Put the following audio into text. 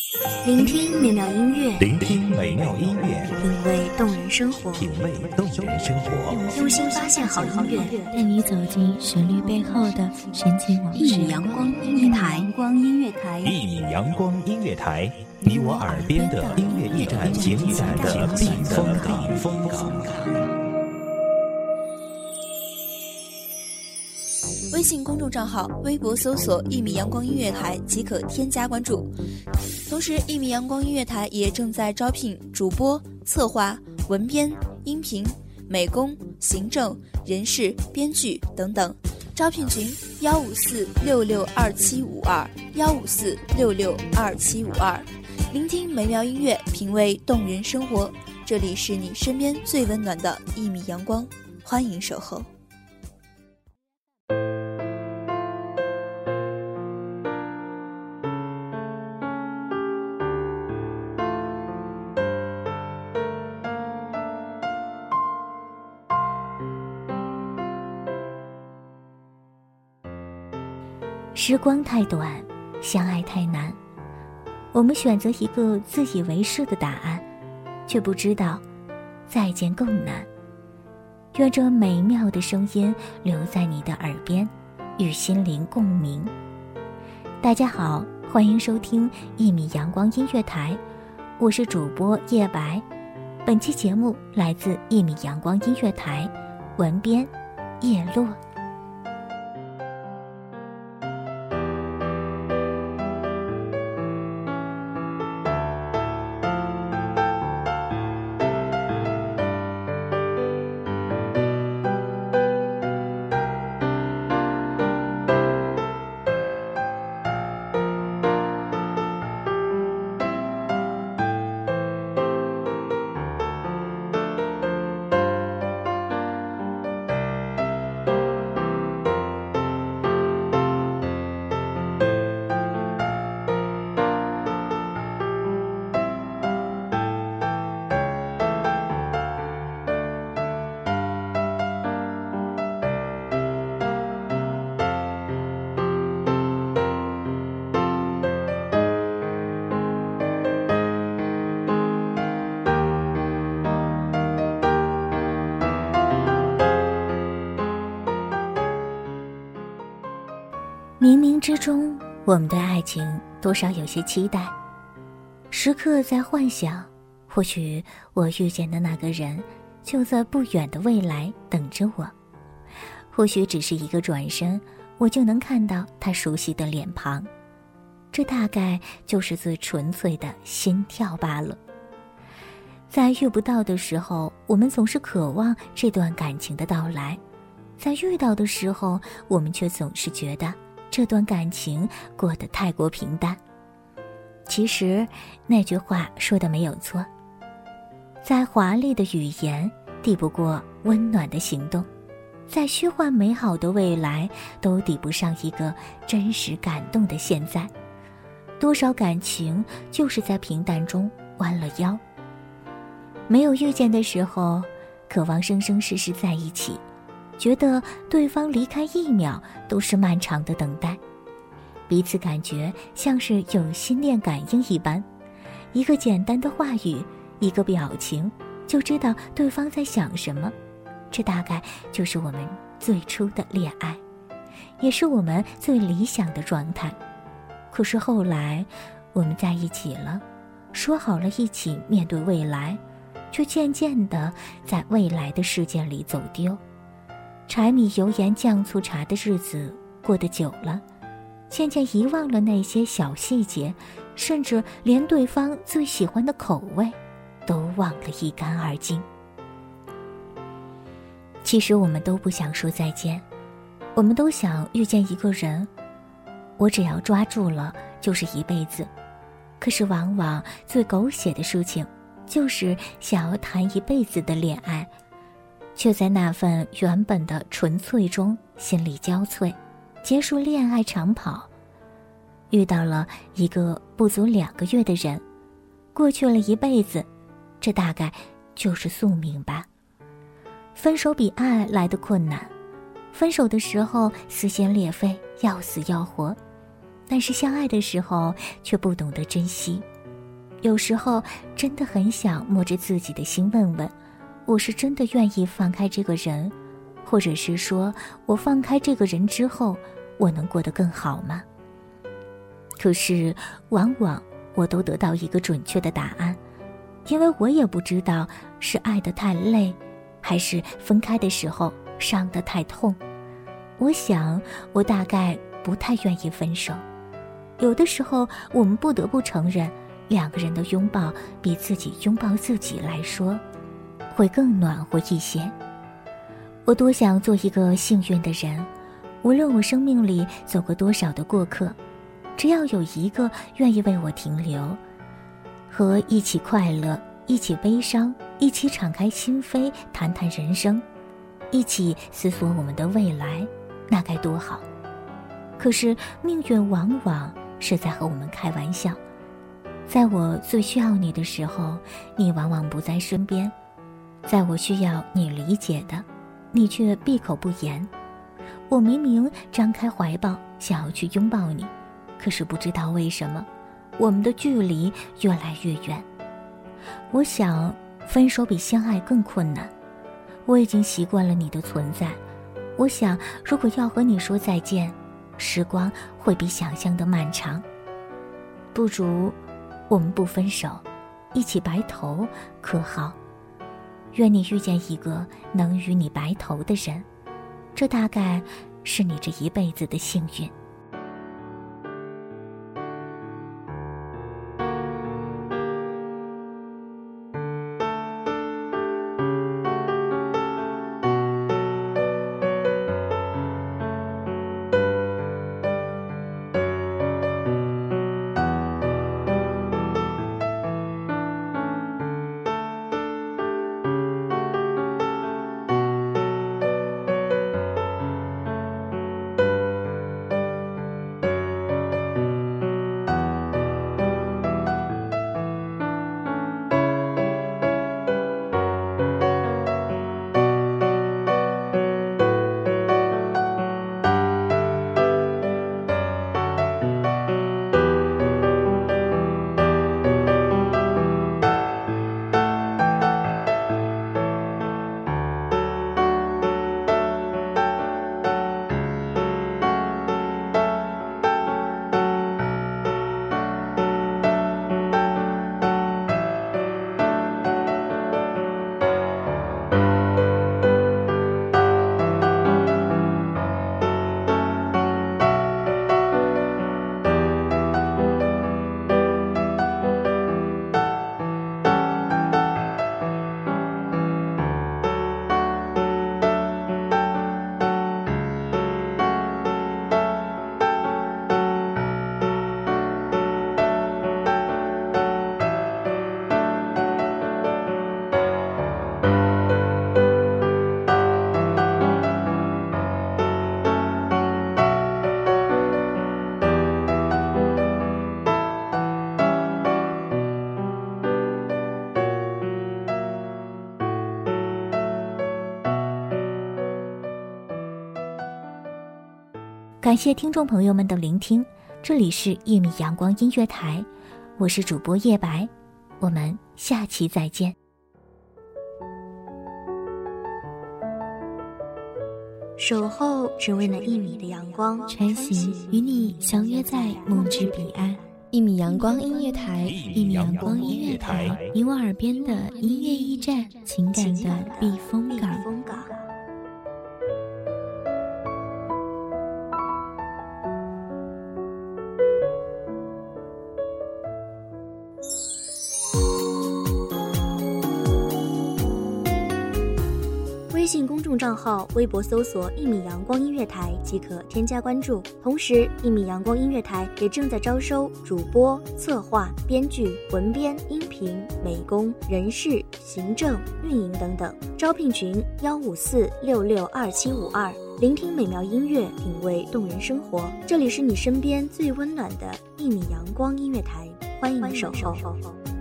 聆听美妙音乐， 聆听美妙音乐， 品味动人生活， 品味动人生活， 用心发现好音乐， 带你走进旋律背后的深情往事。 一米阳光音乐台， 一米阳光音乐台，你我耳边的音乐驿站，情感的避风港。 微信公众账号、微博搜索“一米阳光音乐台”即可添加关注。同时，一米阳光音乐台也正在招聘主播、策划、文编、音频、美工、行政、人事、编剧等等。招聘群154662752，154662752。聆听美妙音乐，品味动人生活。这里是你身边最温暖的一米阳光，欢迎守候。 时光太短，相爱太难，我们选择一个自以为是的答案，却不知道再见更难。愿这美妙的声音留在你的耳边，与心灵共鸣。大家好，欢迎收听一米阳光音乐台，我是主播叶白。本期节目来自一米阳光音乐台，文编叶落。冥冥之中，我们对爱情多少有些期待，时刻在幻想，或许我遇见的那个人就在不远的未来等着我，或许只是一个转身，我就能看到他熟悉的脸庞，这大概就是最纯粹的心跳罢了。在遇不到的时候，我们总是渴望这段感情的到来，在遇到的时候，我们却总是觉得这段感情过得太过平淡。其实那句话说得没有错，再华丽的语言抵不过温暖的行动，再虚幻美好的未来都抵不上一个真实感动的现在。多少感情就是在平淡中弯了腰。没有遇见的时候，渴望生生世世在一起，觉得对方离开一秒都是漫长的等待，彼此感觉像是有心电感应一般，一个简单的话语，一个表情，就知道对方在想什么。这大概就是我们最初的恋爱，也是我们最理想的状态。可是后来我们在一起了，说好了一起面对未来，却渐渐地在未来的世界里走丢。柴米油盐酱醋茶的日子过得久了，渐渐遗忘了那些小细节，甚至连对方最喜欢的口味都忘了一干二净。其实我们都不想说再见，我们都想遇见一个人，我只要抓住了就是一辈子。可是往往最狗血的事情就是想要谈一辈子的恋爱，却在那份原本的纯粹中心力交瘁，结束恋爱长跑。遇到了一个不足2个月的人，过去了一辈子，这大概就是宿命吧。分手比爱来得困难，分手的时候撕心裂肺，要死要活，但是相爱的时候却不懂得珍惜， 有时候真的很想摸着自己的心问问，我是真的愿意放开这个人，或者是说我放开这个人之后，我能过得更好吗？可是往往我都得到一个准确的答案，因为我也不知道是爱得太累，还是分开的时候伤得太痛。我想我大概不太愿意分手。有的时候我们不得不承认，两个人的拥抱比自己拥抱自己来说会更暖和一些。我多想做一个幸运的人，无论我生命里走过多少的过客，只要有一个愿意为我停留，和一起快乐，一起悲伤，一起敞开心扉谈谈人生，一起思索我们的未来，那该多好。可是命运往往是在和我们开玩笑，在我最需要你的时候，你往往不在身边，在我需要你理解的，你却闭口不言。我明明张开怀抱想要去拥抱你，可是不知道为什么我们的距离越来越远。我想分手比相爱更困难，我已经习惯了你的存在。我想如果要和你说再见，时光会比想象的漫长。不如我们不分手，一起白头可好？愿你遇见一个能与你白头的人，这大概是你这一辈子的幸运。感谢听众朋友们的聆听，这里是一米阳光音乐台，我是主播叶白，我们下期再见。 守候只为那一米的阳光， 晨曦与你相约在梦之彼岸。 一米阳光音乐台， 一米阳光音乐台，你我耳边的音乐驿站，情感的避风港。 微信公众账号、微博搜索“一米阳光音乐台”即可添加关注。同时，一米阳光音乐台也正在招收主播、策划、编剧、文编、音频、美工、人事、行政、运营等等。招聘群154662752，聆听美妙音乐，品味动人生活。这里是你身边最温暖的一米阳光音乐台，欢迎守候。